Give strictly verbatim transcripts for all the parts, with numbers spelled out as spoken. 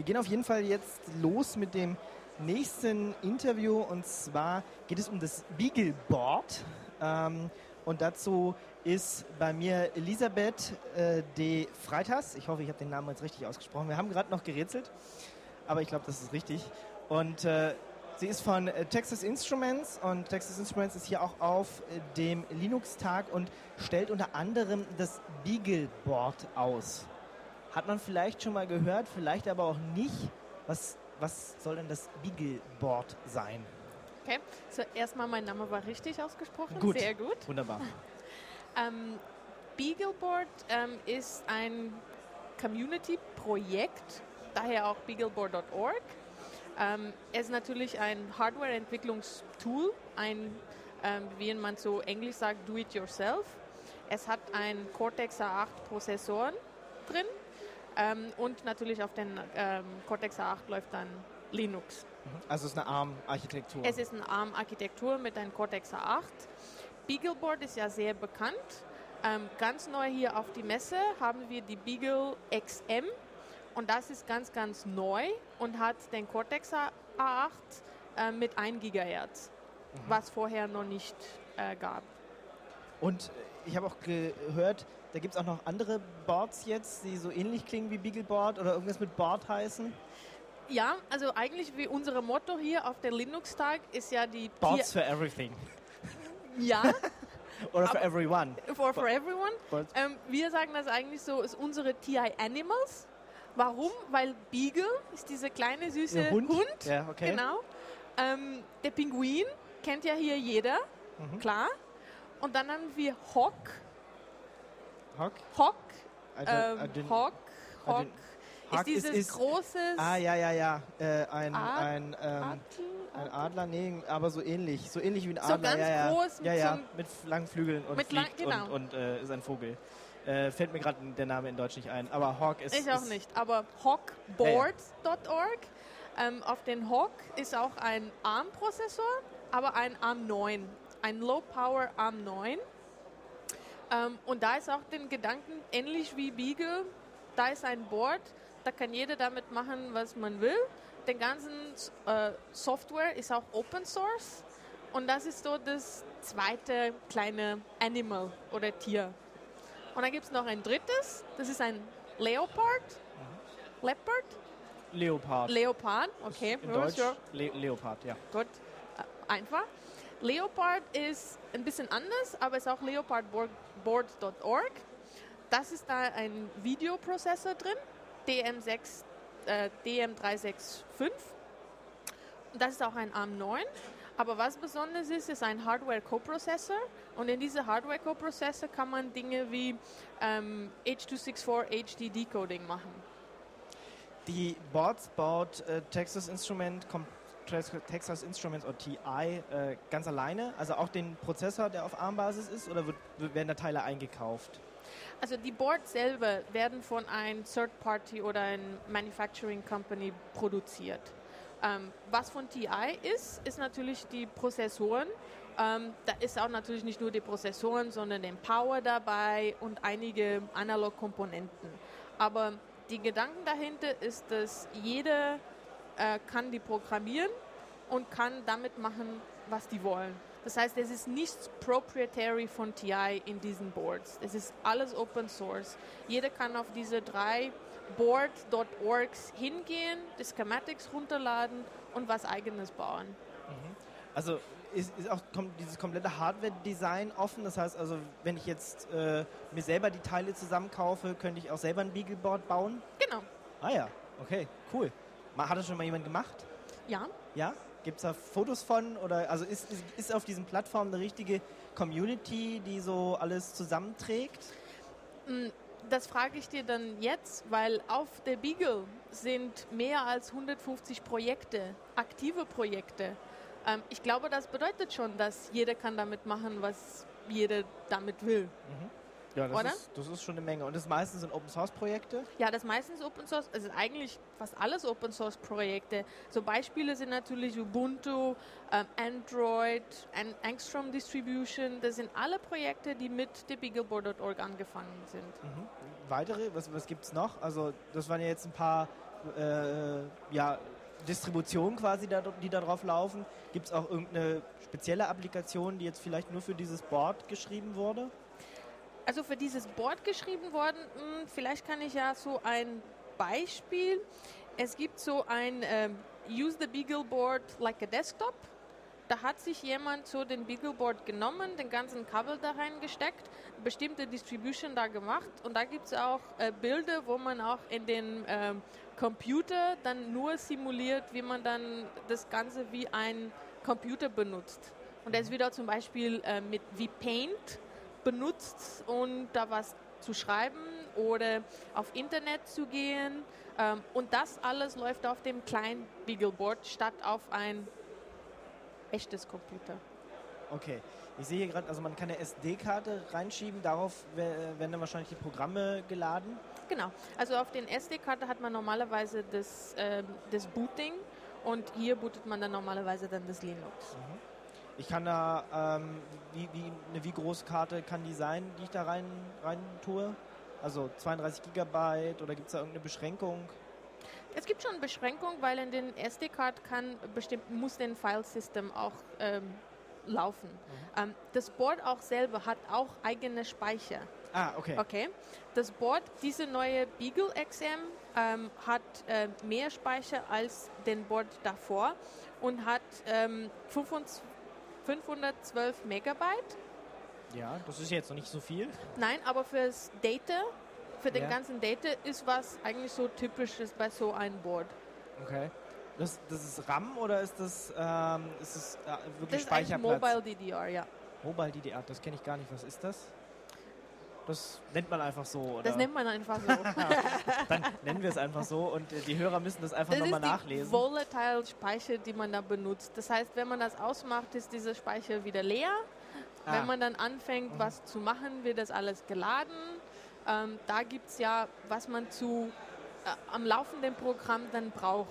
Wir gehen auf jeden Fall jetzt los mit dem nächsten Interview und zwar geht es um das Beagleboard ähm, und dazu ist bei mir Elisabeth äh, de Freitas. Ich hoffe, ich habe den Namen jetzt richtig ausgesprochen. Wir haben gerade noch gerätselt, aber ich glaube, das ist richtig. Und äh, sie ist von äh, Texas Instruments und Texas Instruments ist hier auch auf äh, dem Linux-Tag und stellt unter anderem das Beagleboard aus. Hat man vielleicht schon mal gehört, vielleicht aber auch nicht. Was, was soll denn das Beagleboard sein? Okay, so erstmal mein Name war richtig ausgesprochen. Gut. Sehr gut. Wunderbar. Ähm, Beagleboard ähm, ist ein Community-Projekt, daher auch beagleboard Punkt org. Ähm, es ist natürlich ein Hardware-Entwicklungstool, ein, ähm, wie man so englisch sagt, do-it-yourself. Es hat einen Cortex A acht Prozessor drin ähm, und natürlich auf den ähm, Cortex A acht läuft dann Linux. Also es ist eine ARM-Architektur. Es ist eine ARM-Architektur mit einem Cortex A acht. Beagleboard ist ja sehr bekannt. Ähm, ganz neu hier auf die Messe haben wir die Beagle X M und das ist ganz, ganz neu und hat den Cortex A acht äh, mit ein Gigahertz, mhm. was vorher noch nicht äh, gab. Und ich habe auch gehört, da gibt es auch noch andere Boards jetzt, die so ähnlich klingen wie Beagleboard oder irgendwas mit Board heißen. Ja, also eigentlich wie unser Motto hier auf der Linux-Tag ist ja die... Boards for everything. Ja. Oder for everyone. For, for everyone. Ähm, wir sagen das eigentlich so, ist unsere T I Animals. Warum? Weil Beagle ist dieser kleine süße Hund. Hund. Ja, okay. Genau. Ähm, der Pinguin kennt ja hier jeder. Mhm. Klar. Und dann haben wir Hawk. Hawk? Hawk. I don't, I didn't, Hawk. Hawk. Hawk ist dieses ist, ist, großes... Ah, ja, ja, ja. Äh, ein, Ad, ein, ähm, Adl, ein Adler, nee, aber so ähnlich. So ähnlich wie ein so Adler. ganz ja, ja. groß. Ja, ja, mit langen Flügeln und mit fliegt lang, genau. und, und äh, ist ein Vogel. Äh, fällt mir gerade der Name in Deutsch nicht ein. Aber Hawk ist... Ich auch ist nicht, aber hawkboard Punkt org. Ja, ja. ähm, auf den Hawk ist auch ein ARM-Prozessor, aber ein ARM neun. Ein Low-Power ARM neun. Ähm, und da ist auch den Gedanken, ähnlich wie Beagle, da ist ein Board, da kann jeder damit machen, was man will. Den ganzen äh, Software ist auch Open Source und das ist so das zweite kleine Animal oder Tier. Und dann gibt es noch ein drittes, das ist ein Leopard. Mhm. Leopard? Leopard. Leopard, okay. In Deutsch Le Leopard, ja. Gut, äh, einfach. Leopard ist ein bisschen anders, aber ist auch leopardboard Punkt org. Das ist da ein Videoprozessor drin, D M sechs, äh, D M drei sechs fünf. Das ist auch ein ARM neun. Aber was besonders ist, ist ein Hardware-Coprocessor. Und in diesem Hardware-Coprocessor kann man Dinge wie ähm, H zwei sechs vier H D Decoding machen. Die Boards baut äh, Texas Instrument kommt Texas Instruments oder T I äh, ganz alleine? Also auch den Prozessor, der auf ARM-Basis ist, oder wird, werden da Teile eingekauft? Also die Boards selber werden von einem Third Party oder einem Manufacturing Company produziert. Ähm, was von T I ist, ist natürlich die Prozessoren. Ähm, da ist auch natürlich nicht nur die Prozessoren, sondern den Power dabei und einige Analog-Komponenten. Aber die Gedanken dahinter ist, dass jeder äh, kann die programmieren und kann damit machen, was die wollen. Das heißt, es ist nichts proprietary von T I in diesen Boards. Es ist alles Open Source. Jeder kann auf diese drei board Punkt orgs hingehen, die Schematics runterladen und was Eigenes bauen. Mhm. Also ist, ist auch kommt dieses komplette Hardware-Design offen? Das heißt also, wenn ich jetzt äh, mir selber die Teile zusammenkaufe, könnte ich auch selber ein Beagleboard bauen? Genau. Ah ja, okay, cool. Hat das schon mal jemand gemacht? Ja. Ja? Gibt es da Fotos von? Oder also ist, ist, ist auf diesen Plattformen eine richtige Community, die so alles zusammenträgt? Das frage ich dir dann jetzt, weil auf der Beagle sind mehr als hundertfünfzig Projekte, aktive Projekte. Ähm, ich glaube, das bedeutet schon, dass jeder kann damit machen, was jeder damit will. Mhm. Ja, das ist, das ist schon eine Menge. Und das meistens sind Open-Source-Projekte? Ja, das meistens Open Source, also eigentlich fast alles Open Source-Projekte. So Beispiele sind natürlich Ubuntu, ähm, Android, An- Angstrom Distribution. Das sind alle Projekte, die mit der beagleboard Punkt org angefangen sind. Mhm. Weitere? Was, was gibt es noch? Also das waren ja jetzt ein paar äh, ja, Distributionen quasi, da, die da drauf laufen? Gibt es auch irgendeine spezielle Applikation, die jetzt vielleicht nur für dieses Board geschrieben wurde? Also für dieses Board geschrieben worden, mh, vielleicht kann ich ja so ein Beispiel, es gibt so ein ähm, Use the Beagleboard like a Desktop. Da hat sich jemand so den Beagleboard genommen, den ganzen Kabel da reingesteckt, bestimmte Distribution da gemacht und da gibt es auch äh, Bilder, wo man auch in den ähm, Computer dann nur simuliert, wie man dann das Ganze wie ein Computer benutzt. Und das wird auch zum Beispiel äh, mit wie Paint benutzt und da was zu schreiben oder auf Internet zu gehen. Ähm, und das alles läuft auf dem kleinen Beagleboard statt auf ein echtes Computer. Okay. Ich sehe hier gerade, also man kann eine S D-Karte reinschieben, darauf werden dann wahrscheinlich die Programme geladen. Genau. Also auf den S D-Karte hat man normalerweise das, ähm, das Booting und hier bootet man dann normalerweise dann das Linux. Mhm. Ich kann da, ähm, wie, wie, eine wie große Karte kann die sein, die ich da rein, rein tue? Also zweiunddreißig Gigabyte oder gibt es da irgendeine Beschränkung? Es gibt schon Beschränkungen, weil in den S D-Card kann bestimmt, muss den Filesystem auch ähm, laufen. Mhm. Ähm, das Board auch selber hat auch eigene Speicher. Ah, okay. Okay. Das Board, diese neue Beagle X M, ähm, hat äh, mehr Speicher als den Board davor und hat ähm, fünfhundertzwölf Megabyte. Ja, das ist jetzt noch nicht so viel. Nein, aber fürs Data, für den ja. ganzen Data ist was eigentlich so typisches bei so einem Board. Okay. Das, das ist RAM oder ist das, ähm, ist das äh, wirklich das Speicherplatz? Das ist Mobile D D R, ja. Mobile D D R, das kenne ich gar nicht. Was ist das? Das nennt man einfach so, oder? Das nennt man einfach so. Dann nennen wir es einfach so und äh, die Hörer müssen das einfach nochmal nachlesen. Das ist die Volatile Speicher, die man da benutzt. Das heißt, wenn man das ausmacht, ist dieser Speicher wieder leer. Ah. Wenn man dann anfängt, mhm. was zu machen, wird das alles geladen. Ähm, da gibt es ja, was man zu äh, am laufenden Programm dann braucht.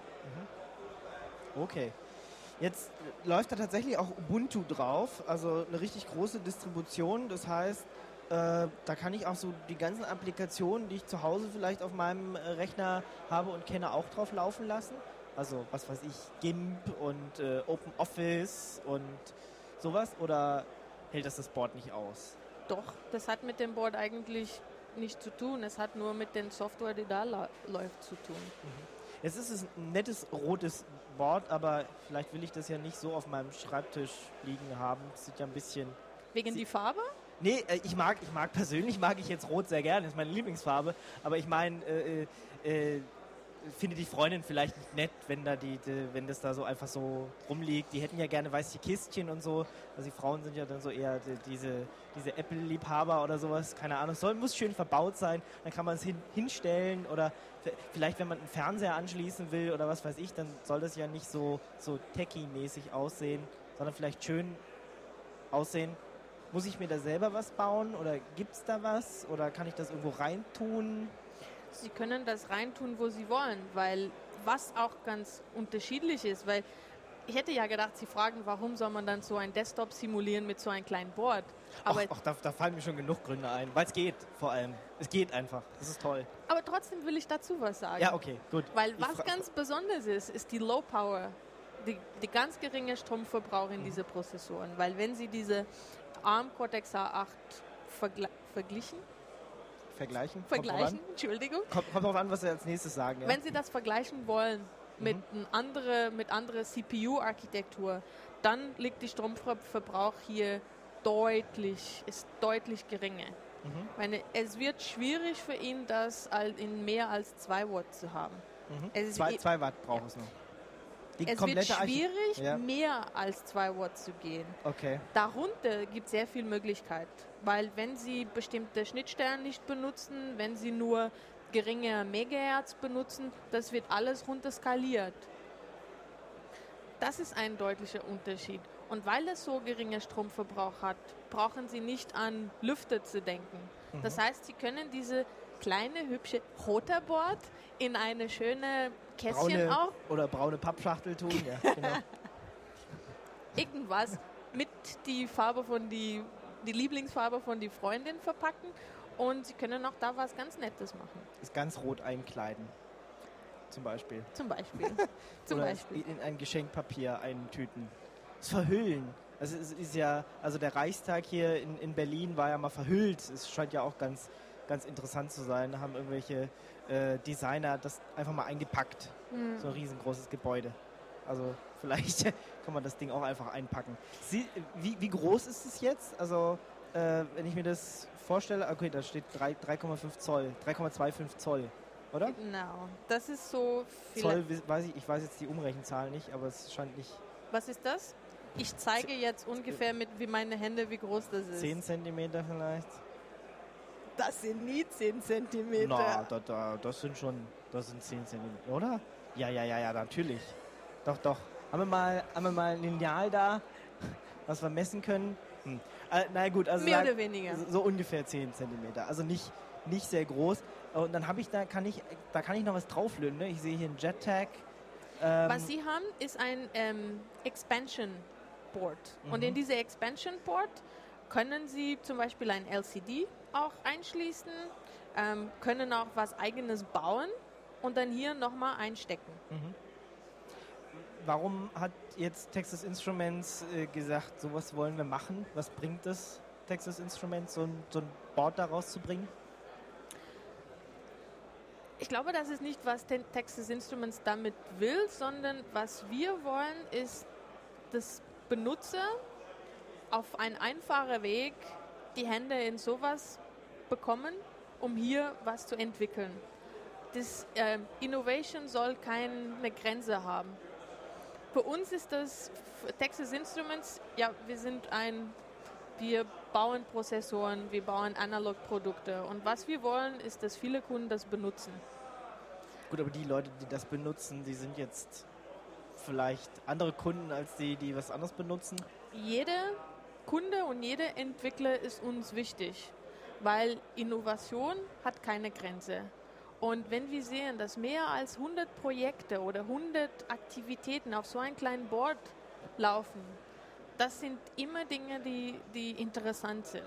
Mhm. Okay. Jetzt läuft da tatsächlich auch Ubuntu drauf, also eine richtig große Distribution. Das heißt, äh, da kann ich auch so die ganzen Applikationen, die ich zu Hause vielleicht auf meinem äh, Rechner habe und kenne, auch drauf laufen lassen. Also was weiß ich, GIMP und äh, OpenOffice und sowas. Oder hält das das Board nicht aus? Doch, das hat mit dem Board eigentlich nichts zu tun. Es hat nur mit den Software, die da la- läuft, zu tun. Mhm. Jetzt ist es ein nettes rotes Board, aber vielleicht will ich das ja nicht so auf meinem Schreibtisch liegen haben. Das sieht ja ein bisschen... Wegen die Farbe? Nee, äh, ich mag, ich mag persönlich mag ich jetzt Rot sehr gerne, das ist meine Lieblingsfarbe. Aber ich meine, äh, äh, finde die Freundin vielleicht nicht nett, wenn da die, die, wenn das da so einfach so rumliegt. Die hätten ja gerne weiße Kistchen und so. Also die Frauen sind ja dann so eher die, diese, diese Apple-Liebhaber oder sowas. Keine Ahnung. Es soll, muss schön verbaut sein. Dann kann man es hin, hinstellen oder f- vielleicht, wenn man einen Fernseher anschließen will oder was weiß ich, dann soll das ja nicht so, so techie-mäßig aussehen, sondern vielleicht schön aussehen. Muss ich mir da selber was bauen oder gibt es da was oder kann ich das irgendwo reintun? Sie können das reintun, wo Sie wollen, weil was auch ganz unterschiedlich ist, weil ich hätte ja gedacht, Sie fragen, warum soll man dann so ein Desktop simulieren mit so einem kleinen Board? Aber ach, ach da, da fallen mir schon genug Gründe ein, weil es geht vor allem. Es geht einfach, das ist toll. Aber trotzdem will ich dazu was sagen. Ja, okay, gut. Weil was fra- ganz Besonderes ist, ist die Low Power, die, die ganz geringe Stromverbrauch in mhm. diese Prozessoren, weil wenn Sie diese ARM Cortex A acht vergle- verglichen, Vergleichen? Vergleichen, Entschuldigung. Kommt, kommt drauf an, was Sie als nächstes sagen. Ja? Wenn Sie das vergleichen wollen mit mhm. andere, mit anderer C P U-Architektur, dann liegt der Stromverbrauch hier deutlich, ist deutlich geringer. Mhm. Meine, es wird schwierig für ihn, das in mehr als zwei Watt zu haben. Mhm. Es zwei, zwei Watt braucht ja. es noch. Die es wird schwierig, Archi- ja. mehr als zwei Watt zu gehen. Okay. Darunter gibt es sehr viel Möglichkeit, weil wenn Sie bestimmte Schnittstellen nicht benutzen, wenn Sie nur geringe Megahertz benutzen, das wird alles runter skaliert. Das ist ein deutlicher Unterschied. Und weil es so geringen Stromverbrauch hat, brauchen Sie nicht an Lüfter zu denken. Mhm. Das heißt, Sie können diese kleine, hübsche roter Board in eine schöne Kästchen braune, auch. Oder braune Pappschachtel tun, ja, genau. Irgendwas mit die Farbe von die, die Lieblingsfarbe von die Freundin verpacken und Sie können auch da was ganz Nettes machen. Das ganz rot einkleiden. zum Beispiel. Zum Beispiel. Zum Oder Beispiel. in ein Geschenkpapier eintüten. Das Verhüllen. Also es ist ja, also der Reichstag hier in, in Berlin war ja mal verhüllt. Es scheint ja auch ganz, ganz interessant zu sein. Da haben irgendwelche äh, Designer das einfach mal eingepackt. Mhm. So ein riesengroßes Gebäude. Also vielleicht kann man das Ding auch einfach einpacken. Sie, wie, wie groß ist es jetzt? Also äh, wenn ich mir das vorstelle, okay, da steht drei Komma fünf Zoll, drei Komma fünfundzwanzig Zoll, oder? Genau. Das ist so viel. Zoll, weiß ich, ich weiß jetzt die Umrechenzahl nicht, aber es scheint nicht... Was ist das? Ich zeige jetzt ungefähr mit wie meine Hände, wie groß das ist. zehn Zentimeter vielleicht? Das sind nie zehn Zentimeter. Na, da, da, das sind schon, das sind zehn Zentimeter, oder? Ja, ja, ja, ja, natürlich. Doch, doch. Haben wir mal, haben wir mal ein Lineal da, was wir messen können? Hm. Äh, na gut, also Mehr sag, oder weniger. So, so ungefähr zehn Zentimeter. Also nicht, nicht sehr groß. Und dann habe ich da, kann ich, da kann ich noch was drauflöten. Ne? Ich sehe hier ein JetTag. Ähm, Was Sie haben, ist ein ähm, Expansion Board. Mhm. Und in diese Expansion Board können Sie zum Beispiel ein L C D auch einschließen, ähm, können auch was Eigenes bauen und dann hier nochmal einstecken. Mhm. Warum hat jetzt Texas Instruments äh, gesagt, sowas wollen wir machen? Was bringt es Texas Instruments, so ein, so ein Board da rauszubringen? Ich glaube, das ist nicht, was Te- Texas Instruments damit will, sondern was wir wollen, ist, dass Benutzer auf einen einfachen Weg die Hände in sowas bekommen, um hier was zu entwickeln. Das äh, Innovation soll keine Grenze haben. Für uns ist das für Texas Instruments, ja, wir sind ein, wir bauen Prozessoren, wir bauen Analogprodukte und was wir wollen, ist, dass viele Kunden das benutzen. Gut, aber die Leute, die das benutzen, die sind jetzt vielleicht andere Kunden als die, die was anderes benutzen? Jeder Kunde und jeder Entwickler ist uns wichtig, weil Innovation hat keine Grenze. Und wenn wir sehen, dass mehr als hundert Projekte oder hundert Aktivitäten auf so einem kleinen Board laufen, das sind immer Dinge, die, die interessant sind.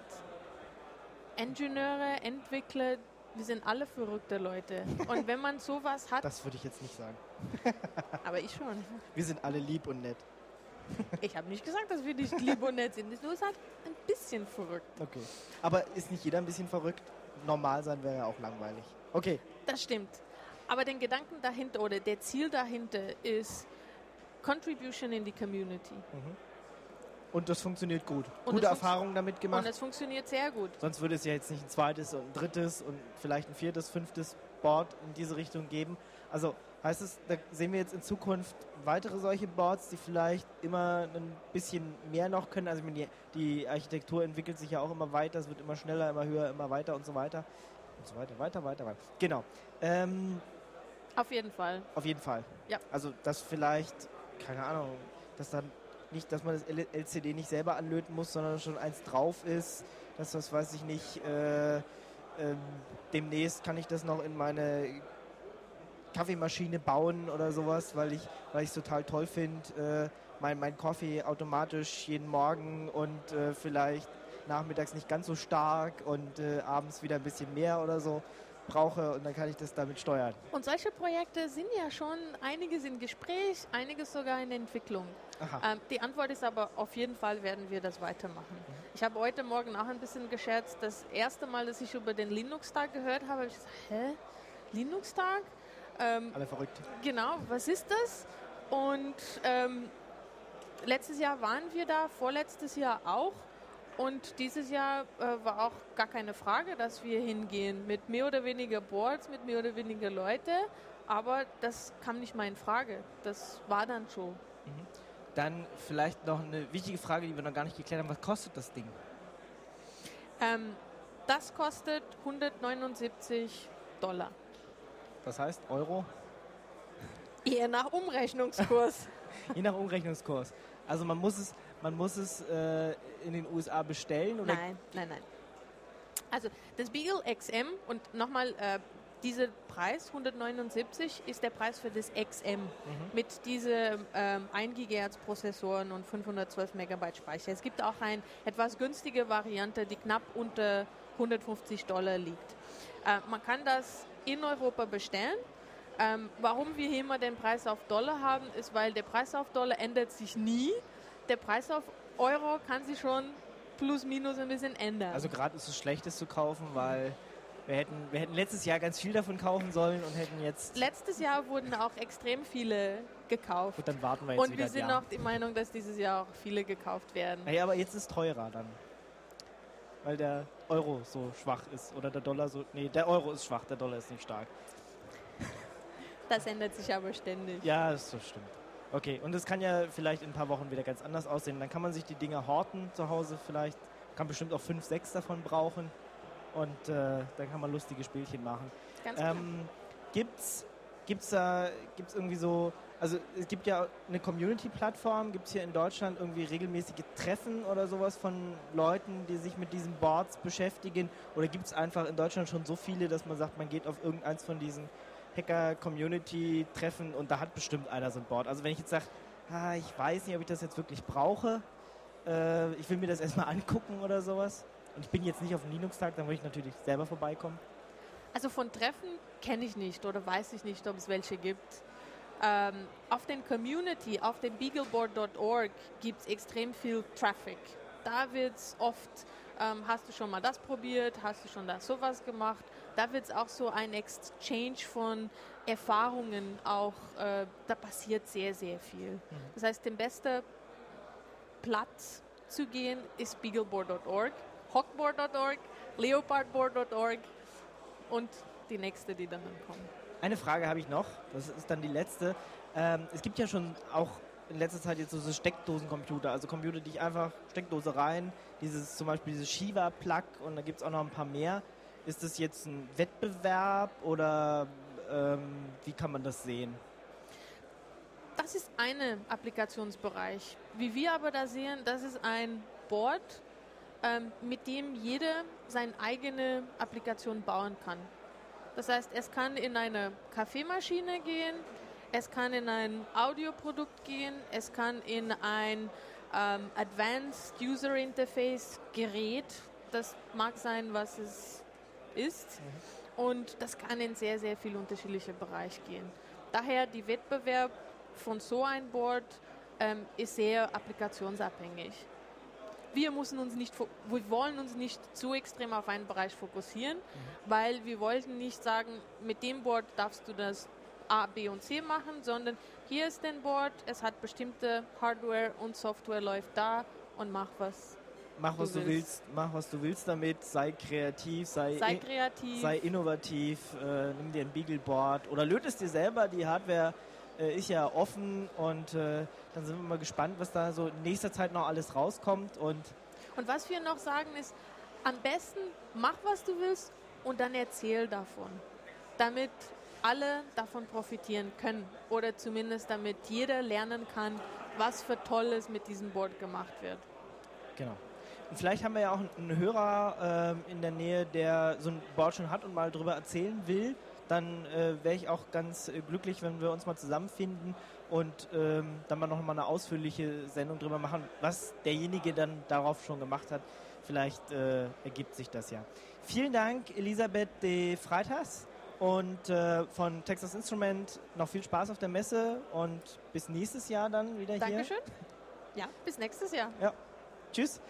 Ingenieure, Entwickler, wir sind alle verrückte Leute. Und wenn man sowas hat... Das würde ich jetzt nicht sagen. Aber ich schon. Wir sind alle lieb und nett. Ich habe nicht gesagt, dass wir nicht lieb und nett sind. Nur es hat ein bisschen verrückt. Okay. Aber ist nicht jeder ein bisschen verrückt? Normal sein wäre ja auch langweilig. Okay. Das stimmt. Aber den Gedanken dahinter oder der Ziel dahinter ist Contribution in die Community. Mhm. Und das funktioniert gut. Und Gute es funktio- Erfahrungen damit gemacht. Und es funktioniert sehr gut. Sonst würde es ja jetzt nicht ein zweites und ein drittes und vielleicht ein viertes, fünftes Board in diese Richtung geben. Also heißt es, da sehen wir jetzt in Zukunft weitere solche Boards, die vielleicht immer ein bisschen mehr noch können. Also ich meine, die, die Architektur entwickelt sich ja auch immer weiter, es wird immer schneller, immer höher, immer weiter und so weiter. Und so weiter, weiter, weiter, weiter. Genau. Ähm, Auf jeden Fall. auf jeden Fall. Ja. Also das vielleicht, keine Ahnung, dass dann nicht, dass man das L C D nicht selber anlöten muss, sondern schon eins drauf ist, dass das, weiß ich nicht, äh, ähm, demnächst kann ich das noch in meine Kaffeemaschine bauen oder sowas, weil ich weil ich es total toll finde, äh, mein, mein Kaffee automatisch jeden Morgen und äh, vielleicht nachmittags nicht ganz so stark und äh, abends wieder ein bisschen mehr oder so brauche und dann kann ich das damit steuern. Und solche Projekte sind ja schon einiges in Gespräch, einiges sogar in Entwicklung. Ähm, die Antwort ist aber, auf jeden Fall werden wir das weitermachen. Mhm. Ich habe heute Morgen auch ein bisschen gescherzt. Das erste Mal, dass ich über den Linux-Tag gehört habe, habe ich gesagt, hä? Linux-Tag? Ähm, Alle verrückt. Genau, was ist das? Und ähm, letztes Jahr waren wir da, vorletztes Jahr auch. Und dieses Jahr äh, war auch gar keine Frage, dass wir hingehen mit mehr oder weniger Boards, mit mehr oder weniger Leute. Aber das kam nicht mal in Frage. Das war dann schon. Mhm. Dann vielleicht noch eine wichtige Frage, die wir noch gar nicht geklärt haben. Was kostet das Ding? Ähm, das kostet hundertneunundsiebzig Dollar. Das heißt Euro? Eher nach Umrechnungskurs. Je nach Umrechnungskurs. Also man muss es, man muss es äh, in den U S A bestellen? Oder? Nein, nein, nein. Also das Beagle X M und nochmal, äh, dieser Preis, hundertneunundsiebzig, ist der Preis für das X M mhm. mit diesen ähm, ein Gigahertz Prozessoren und fünfhundertzwölf Megabyte Speicher. Es gibt auch eine etwas günstige Variante, die knapp unter hundertfünfzig Dollar liegt. Äh, man kann das in Europa bestellen. Ähm, warum wir hier immer den Preis auf Dollar haben, ist, weil der Preis auf Dollar ändert sich nie. Der Preis auf Euro kann sich schon plus minus ein bisschen ändern. Also gerade ist es schlecht, es zu kaufen, weil wir hätten, wir hätten letztes Jahr ganz viel davon kaufen sollen und hätten jetzt... Letztes Jahr wurden auch extrem viele gekauft. Gut, dann warten wir jetzt und wieder wir ein sind Jahr. auch die Meinung, dass dieses Jahr auch viele gekauft werden. Naja, aber jetzt ist es teurer dann. Weil der Euro so schwach ist. Oder der Dollar so... Nee, der Euro ist schwach, der Dollar ist nicht stark. Das ändert sich aber ständig. Ja, das so stimmt. Okay, und es kann ja vielleicht in ein paar Wochen wieder ganz anders aussehen. Dann kann man sich die Dinger horten zu Hause vielleicht. Kann bestimmt auch fünf, sechs davon brauchen. Und äh, dann kann man lustige Spielchen machen. Ganz klar. Ähm, gibt's, gibt's da, gibt's irgendwie so, also es gibt ja eine Community-Plattform, gibt es hier in Deutschland irgendwie regelmäßige Treffen oder sowas von Leuten, die sich mit diesen Boards beschäftigen? Oder gibt es einfach in Deutschland schon so viele, dass man sagt, man geht auf irgendeins von diesen Hacker-Community-Treffen und da hat bestimmt einer so ein Board? Also wenn ich jetzt sage, ah, ich weiß nicht, ob ich das jetzt wirklich brauche, äh, ich will mir das erstmal angucken oder sowas. Und ich bin jetzt nicht auf dem Linux-Tag, dann würde ich natürlich selber vorbeikommen. Also von Treffen kenne ich nicht oder weiß ich nicht, ob es welche gibt. Ähm, auf den Community, auf dem beagleboard punkt org gibt es extrem viel Traffic. Da wird es oft, ähm, hast du schon mal das probiert, hast du schon da sowas gemacht. Da wird es auch so ein Exchange von Erfahrungen auch, äh, da passiert sehr, sehr viel. Mhm. Das heißt, der beste Platz zu gehen ist beagleboard punkt org. Hawkboard punkt org, leopardboard punkt org und die nächste, die dann kommt. Eine Frage habe ich noch, das ist dann die letzte. Ähm, es gibt ja schon auch in letzter Zeit jetzt so Steckdosencomputer, also Computer, die ich einfach, Steckdose rein, dieses zum Beispiel dieses Shiva-Plug und da gibt es auch noch ein paar mehr. Ist das jetzt ein Wettbewerb oder ähm, wie kann man das sehen? Das ist ein Applikationsbereich. Wie wir aber da sehen, das ist ein Board, ähm, mit dem jeder seine eigene Applikation bauen kann. Das heißt, es kann in eine Kaffeemaschine gehen, es kann in ein Audioprodukt gehen, es kann in ein ähm, Advanced User Interface Gerät, das mag sein, was es ist, mhm. und das kann in sehr, sehr viele unterschiedliche Bereiche gehen. Daher die Wettbewerb von so einem Board ähm, ist sehr applikationsabhängig. Wir, müssen uns nicht, wir wollen uns nicht zu extrem auf einen Bereich fokussieren, mhm. weil wir wollten nicht sagen, mit dem Board darfst du das A, B und C machen, sondern hier ist ein Board, es hat bestimmte Hardware und Software läuft da und mach was Mach was du du willst. willst, mach was du willst damit, sei kreativ, sei, sei, kreativ. sei innovativ, äh, nimm dir ein Beagleboard oder löt es dir selber, die Hardware äh, ist ja offen und äh, dann sind wir mal gespannt, was da so in nächster Zeit noch alles rauskommt. Und, und was wir noch sagen ist, am besten mach was du willst und dann erzähl davon, damit alle davon profitieren können oder zumindest damit jeder lernen kann, was für Tolles mit diesem Board gemacht wird. Genau. Und vielleicht haben wir ja auch einen Hörer äh, in der Nähe, der so ein Board schon hat und mal drüber erzählen will. Dann äh, wäre ich auch ganz äh, glücklich, wenn wir uns mal zusammenfinden und ähm, dann mal noch mal eine ausführliche Sendung drüber machen, was derjenige dann darauf schon gemacht hat. Vielleicht äh, ergibt sich das ja. Vielen Dank, Elisabeth de Freitas, und äh, von Texas Instrument noch viel Spaß auf der Messe und bis nächstes Jahr dann wieder Dankeschön. hier. Dankeschön. Ja, bis nächstes Jahr. Ja. Tschüss.